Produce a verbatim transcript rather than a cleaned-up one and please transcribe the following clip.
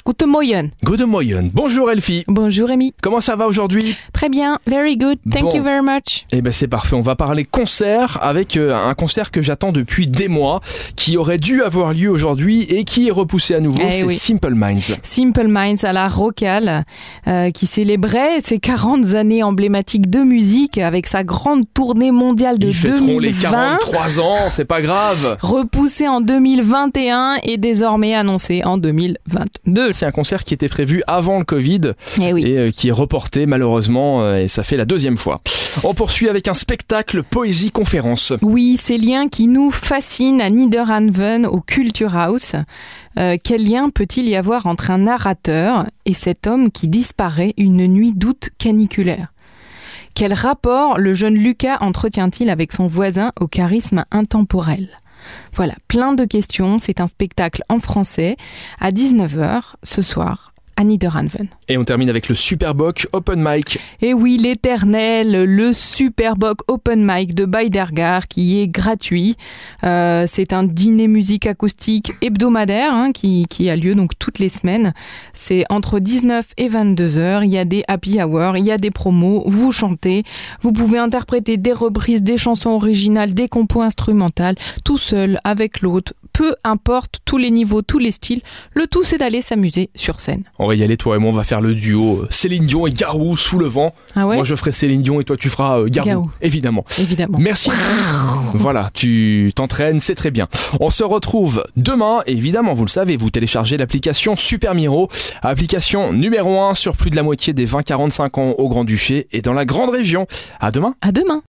Guten Morgen. Guten Morgen. Bonjour Elfie. Bonjour Rémi. Comment ça va aujourd'hui? Très bien, very good, thank Bon. you very much. Eh ben c'est parfait, on va parler concert avec euh, un concert que j'attends depuis des mois, qui aurait dû avoir lieu aujourd'hui et qui est repoussé à nouveau, Eh c'est oui. Simple Minds. Simple Minds à la Rocale, euh, qui célébrait ses quarante années emblématiques de musique avec sa grande tournée mondiale de Ils fêteront les deux mille vingt. quarante-trois ans, c'est pas grave. Repoussé en deux mille vingt et un et désormais annoncé en deux mille vingt-deux. C'est un concert qui était prévu avant le Covid Eh oui. et euh, qui est reporté malheureusement euh, et ça fait la deuxième fois. On poursuit avec un spectacle Poésie Conférence. Oui, ces liens qui nous fascinent à Niederhanven au Culture House. Euh, quel lien peut-il y avoir entre un narrateur et cet homme qui disparaît une nuit d'août caniculaire? Quel rapport le jeune Lucas entretient-il avec son voisin au charisme intemporel? Voilà, plein de questions. C'est un spectacle en français à dix-neuf heures ce soir à Niederhanven. Et on termine avec le Superboc Open Mic. Et oui, l'éternel, le Superboc Open Mic de Beidergar qui est gratuit. Euh, c'est un dîner musique acoustique hebdomadaire hein, qui, qui a lieu donc toutes les semaines. C'est entre dix-neuf et vingt-deux heures. Il y a des happy hours, il y a des promos. Vous chantez, vous pouvez interpréter des reprises, des chansons originales, des compos instrumentales, tout seul, avec l'autre. Peu importe, tous les niveaux, tous les styles. Le tout, c'est d'aller s'amuser sur scène. On va y aller, toi et moi, on va faire le duo Céline Dion et Garou sous le vent. Ah ouais? Moi je ferai Céline Dion et toi tu feras euh, Garou, Garou. évidemment. Évidemment. Merci. Voilà, tu t'entraînes, c'est très bien. On se retrouve demain, et évidemment, vous le savez, vous téléchargez l'application Super Miro, application numéro un sur plus de la moitié des vingt à quarante-cinq ans au Grand-Duché et dans la grande région. À demain. À demain.